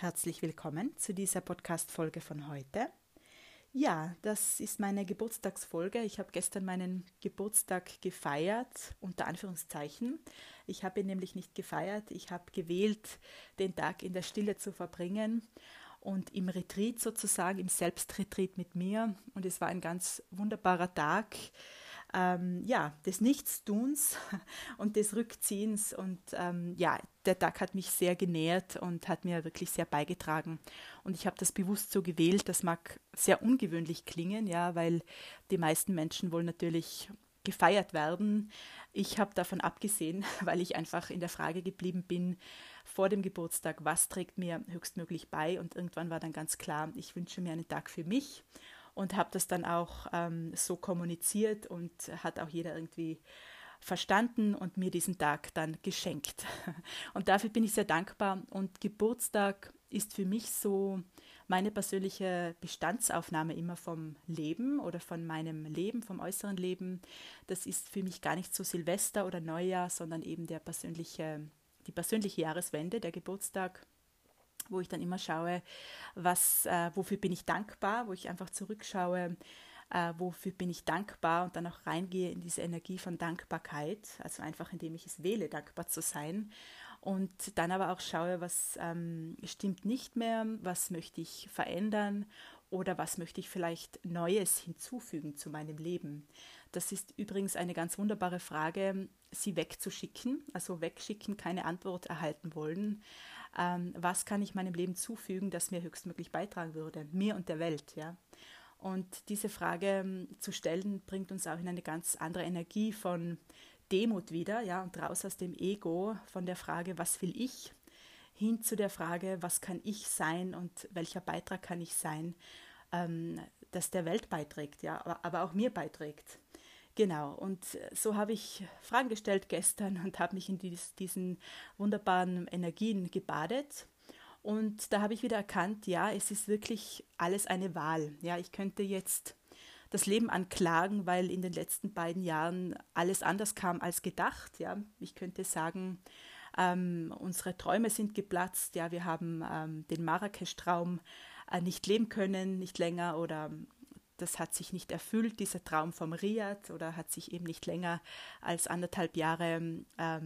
herzlich willkommen zu dieser Podcast-Folge von heute. Ja, das ist meine Geburtstagsfolge. Ich habe gestern meinen Geburtstag gefeiert, unter Anführungszeichen. Ich habe ihn nämlich nicht gefeiert. Ich habe gewählt, den Tag in der Stille zu verbringen und im Retreat sozusagen, im Selbstretreat mit mir. Und es war ein ganz wunderbarer Tag. Des Nichtstuns und des Rückziehens. Und der Tag hat mich sehr genährt und hat mir wirklich sehr beigetragen. Und ich habe das bewusst so gewählt. Das mag sehr ungewöhnlich klingen, ja, weil die meisten Menschen wollen natürlich gefeiert werden. Ich habe davon abgesehen, weil ich einfach in der Frage geblieben bin, vor dem Geburtstag, was trägt mir höchstmöglich bei? Und irgendwann war dann ganz klar, ich wünsche mir einen Tag für mich. Und habe das dann auch so kommuniziert und hat auch jeder irgendwie verstanden und mir diesen Tag dann geschenkt. Und dafür bin ich sehr dankbar. Und Geburtstag ist für mich so meine persönliche Bestandsaufnahme immer vom Leben oder von meinem Leben, vom äußeren Leben. Das ist für mich gar nicht so Silvester oder Neujahr, sondern eben die persönliche Jahreswende, der Geburtstag, wo ich dann immer schaue, wofür bin ich dankbar, wo ich einfach zurückschaue, wofür bin ich dankbar und dann auch reingehe in diese Energie von Dankbarkeit, also einfach indem ich es wähle, dankbar zu sein und dann aber auch schaue, was stimmt nicht mehr, was möchte ich verändern oder was möchte ich vielleicht Neues hinzufügen zu meinem Leben. Das ist übrigens eine ganz wunderbare Frage, sie wegzuschicken, also wegschicken, keine Antwort erhalten wollen. Was kann ich meinem Leben zufügen, das mir höchstmöglich beitragen würde, mir und der Welt, ja. Und diese Frage zu stellen, bringt uns auch in eine ganz andere Energie von Demut wieder, ja, und raus aus dem Ego, von der Frage, was will ich, hin zu der Frage, was kann ich sein und welcher Beitrag kann ich sein, das der Welt beiträgt, ja, aber auch mir beiträgt. Genau, und so habe ich Fragen gestellt gestern und habe mich in diesen wunderbaren Energien gebadet. Und da habe ich wieder erkannt, ja, es ist wirklich alles eine Wahl. Ja, ich könnte jetzt das Leben anklagen, weil in den letzten beiden Jahren alles anders kam als gedacht. Ja, ich könnte sagen, unsere Träume sind geplatzt. Ja, wir haben den Marrakesch-Traum nicht leben können, nicht länger oder das hat sich nicht erfüllt, dieser Traum vom Riad oder hat sich eben nicht länger als 1,5 Jahre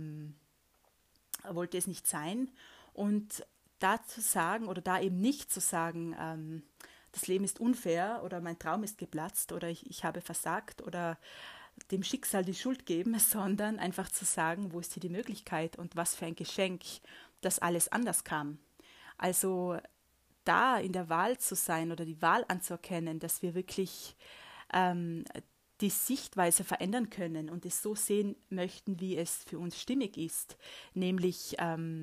wollte es nicht sein. Und da zu sagen oder da eben nicht zu sagen, das Leben ist unfair oder mein Traum ist geplatzt oder ich habe versagt oder dem Schicksal die Schuld geben, sondern einfach zu sagen, wo ist hier die Möglichkeit und was für ein Geschenk, dass alles anders kam. Also da in der Wahl zu sein oder die Wahl anzuerkennen, dass wir wirklich die Sichtweise verändern können und es so sehen möchten, wie es für uns stimmig ist, nämlich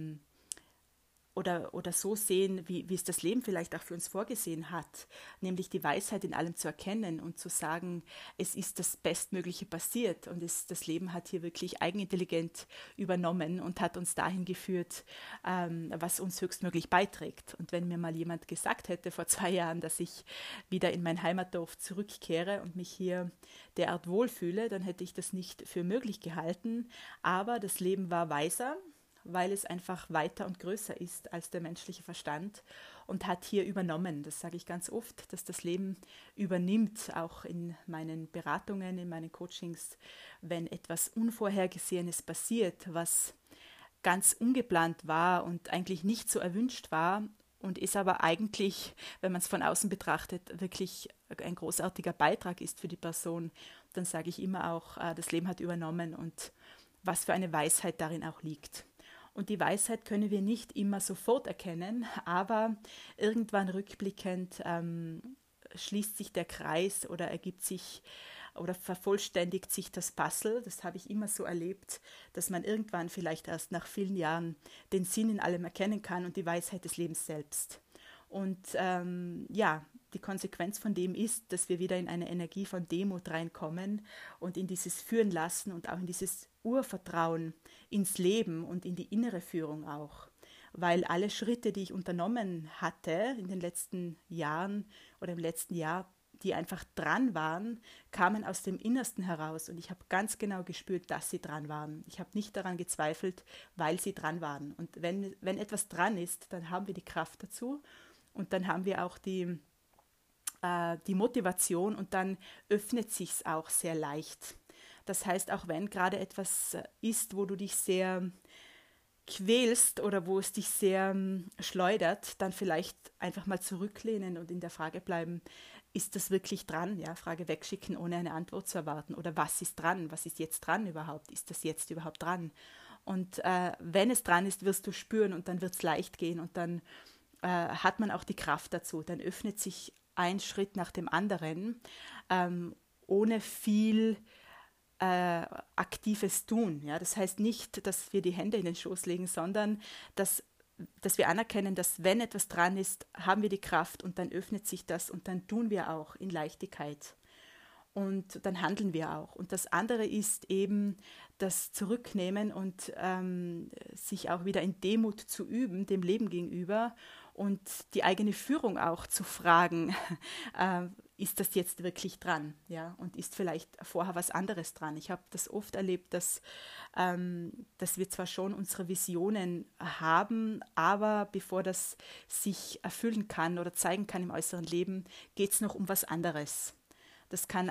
oder so sehen, wie es das Leben vielleicht auch für uns vorgesehen hat, nämlich die Weisheit in allem zu erkennen und zu sagen, es ist das Bestmögliche passiert und das Leben hat hier wirklich eigenintelligent übernommen und hat uns dahin geführt, was uns höchstmöglich beiträgt. Und wenn mir mal jemand gesagt hätte vor 2 Jahren, dass ich wieder in mein Heimatdorf zurückkehre und mich hier derart wohlfühle, dann hätte ich das nicht für möglich gehalten, aber das Leben war weiser, weil es einfach weiter und größer ist als der menschliche Verstand und hat hier übernommen. Das sage ich ganz oft, dass das Leben übernimmt, auch in meinen Beratungen, in meinen Coachings, wenn etwas Unvorhergesehenes passiert, was ganz ungeplant war und eigentlich nicht so erwünscht war und es aber eigentlich, wenn man es von außen betrachtet, wirklich ein großartiger Beitrag ist für die Person, dann sage ich immer auch, das Leben hat übernommen und was für eine Weisheit darin auch liegt. Und die Weisheit können wir nicht immer sofort erkennen, aber irgendwann rückblickend schließt sich der Kreis oder ergibt sich oder vervollständigt sich das Puzzle. Das habe ich immer so erlebt, dass man irgendwann vielleicht erst nach vielen Jahren den Sinn in allem erkennen kann und die Weisheit des Lebens selbst. Und die Konsequenz von dem ist, dass wir wieder in eine Energie von Demut reinkommen und in dieses Führen lassen und auch in dieses Urvertrauen ins Leben und in die innere Führung auch. Weil alle Schritte, die ich unternommen hatte in den letzten Jahren oder im letzten Jahr, die einfach dran waren, kamen aus dem Innersten heraus und ich habe ganz genau gespürt, dass sie dran waren. Ich habe nicht daran gezweifelt, weil sie dran waren. Und wenn etwas dran ist, dann haben wir die Kraft dazu und dann haben wir auch die Motivation und dann öffnet sich's auch sehr leicht. Das heißt, auch wenn gerade etwas ist, wo du dich sehr quälst oder wo es dich sehr schleudert, dann vielleicht einfach mal zurücklehnen und in der Frage bleiben, ist das wirklich dran? Ja, Frage wegschicken, ohne eine Antwort zu erwarten. Oder was ist dran? Was ist jetzt dran überhaupt? Ist das jetzt überhaupt dran? Und wenn es dran ist, wirst du spüren und dann wird es leicht gehen und dann hat man auch die Kraft dazu. Dann öffnet sich ein Schritt nach dem anderen, ohne viel aktives Tun. Ja? Das heißt nicht, dass wir die Hände in den Schoß legen, sondern dass wir anerkennen, dass wenn etwas dran ist, haben wir die Kraft und dann öffnet sich das und dann tun wir auch in Leichtigkeit. Und dann handeln wir auch. Und das andere ist eben das Zurücknehmen und sich auch wieder in Demut zu üben, dem Leben gegenüber und die eigene Führung auch zu fragen, ist das jetzt wirklich dran? Ja? Und ist vielleicht vorher was anderes dran? Ich habe das oft erlebt, dass wir zwar schon unsere Visionen haben, aber bevor das sich erfüllen kann oder zeigen kann im äußeren Leben, geht es noch um was anderes. Das kann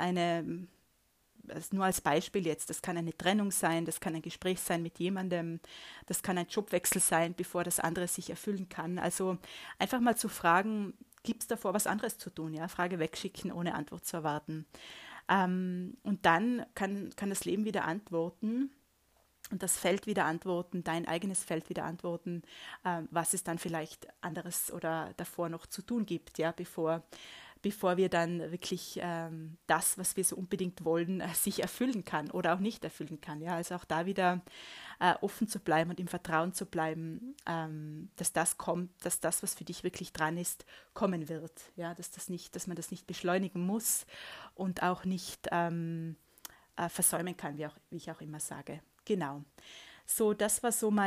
nur als Beispiel jetzt, das kann eine Trennung sein, das kann ein Gespräch sein mit jemandem, das kann ein Jobwechsel sein, bevor das andere sich erfüllen kann. Also einfach mal zu fragen, gibt es davor was anderes zu tun? Ja? Frage wegschicken, ohne Antwort zu erwarten. Und dann kann das Leben wieder antworten und das Feld wieder antworten, dein eigenes Feld wieder antworten, was es dann vielleicht anderes oder davor noch zu tun gibt, ja, bevor wir dann wirklich das, was wir so unbedingt wollen, sich erfüllen kann oder auch nicht erfüllen kann. Ja? Also auch da wieder offen zu bleiben und im Vertrauen zu bleiben, dass das kommt, dass das, was für dich wirklich dran ist, kommen wird. Ja? Dass man das nicht beschleunigen muss und auch nicht versäumen kann, wie ich auch immer sage. Genau. So, das war so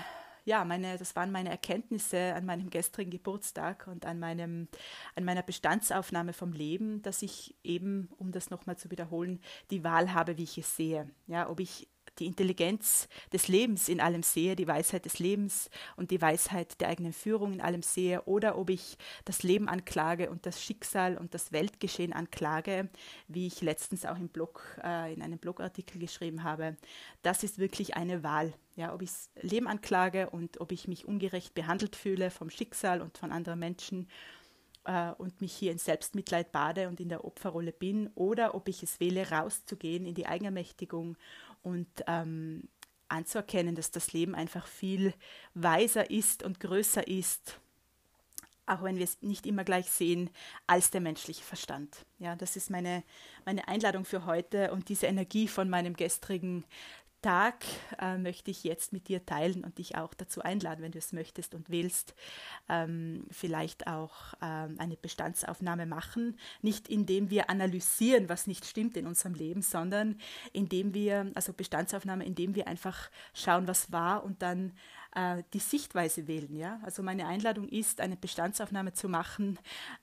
das waren meine Erkenntnisse an meinem gestrigen Geburtstag und an meiner Bestandsaufnahme vom Leben, dass ich eben, um das nochmal zu wiederholen, die Wahl habe, wie ich es sehe. Ja, ob ich die Intelligenz des Lebens in allem sehe, die Weisheit des Lebens und die Weisheit der eigenen Führung in allem sehe, oder ob ich das Leben anklage und das Schicksal und das Weltgeschehen anklage, wie ich letztens auch in einem Blogartikel geschrieben habe. Das ist wirklich eine Wahl. Ja, ob ich das Leben anklage und ob ich mich ungerecht behandelt fühle vom Schicksal und von anderen Menschen und mich hier in Selbstmitleid bade und in der Opferrolle bin, oder ob ich es wähle, rauszugehen in die Eigenermächtigung und anzuerkennen, dass das Leben einfach viel weiser ist und größer ist, auch wenn wir es nicht immer gleich sehen, als der menschliche Verstand. Ja, das ist meine Einladung für heute und diese Energie von meinem gestrigen Tag möchte ich jetzt mit dir teilen und dich auch dazu einladen, wenn du es möchtest und willst, vielleicht auch eine Bestandsaufnahme machen. Nicht indem wir analysieren, was nicht stimmt in unserem Leben, sondern indem wir einfach schauen, was war und dann die Sichtweise wählen. Ja? Also meine Einladung ist, eine Bestandsaufnahme zu machen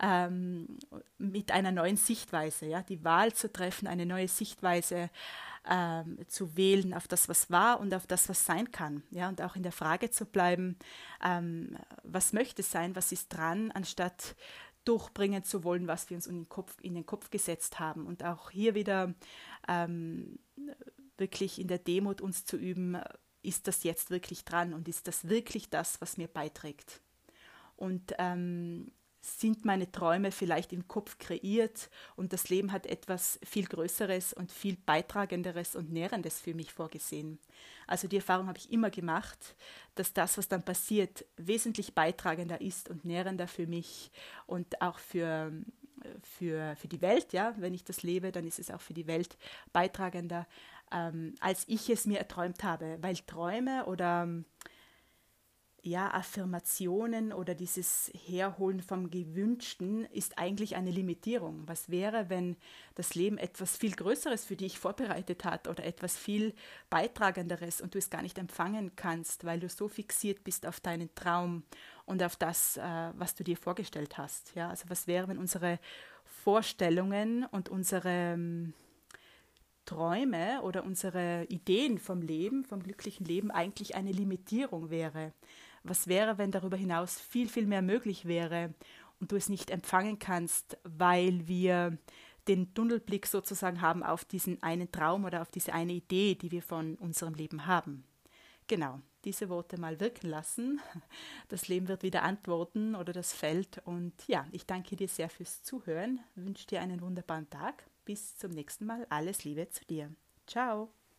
mit einer neuen Sichtweise. Ja? Die Wahl zu treffen, eine neue Sichtweise zu wählen auf das, was war und auf das, was sein kann. Ja? Und auch in der Frage zu bleiben, was möchte sein, was ist dran, anstatt durchbringen zu wollen, was wir uns in den Kopf gesetzt haben. Und auch hier wieder wirklich in der Demut uns zu üben, ist das jetzt wirklich dran und ist das wirklich das, was mir beiträgt? Und sind meine Träume vielleicht im Kopf kreiert und das Leben hat etwas viel Größeres und viel Beitragenderes und Nährendes für mich vorgesehen. Also die Erfahrung habe ich immer gemacht, dass das, was dann passiert, wesentlich beitragender ist und nährender für mich und auch für die Welt. Ja? Wenn ich das lebe, dann ist es auch für die Welt beitragender, als ich es mir erträumt habe. Weil Träume oder Affirmationen oder dieses Herholen vom Gewünschten ist eigentlich eine Limitierung. Was wäre, wenn das Leben etwas viel Größeres für dich vorbereitet hat oder etwas viel Beitragenderes und du es gar nicht empfangen kannst, weil du so fixiert bist auf deinen Traum und auf das, was du dir vorgestellt hast. Ja? Also was wäre, wenn unsere Vorstellungen und unsere Träume oder unsere Ideen vom Leben, vom glücklichen Leben eigentlich eine Limitierung wäre. Was wäre, wenn darüber hinaus viel, viel mehr möglich wäre und du es nicht empfangen kannst, weil wir den Tunnelblick sozusagen haben auf diesen einen Traum oder auf diese eine Idee, die wir von unserem Leben haben. Genau, diese Worte mal wirken lassen. Das Leben wird wieder antworten oder das Feld. Und ja, ich danke dir sehr fürs Zuhören, wünsche dir einen wunderbaren Tag. Bis zum nächsten Mal. Alles Liebe zu dir. Ciao.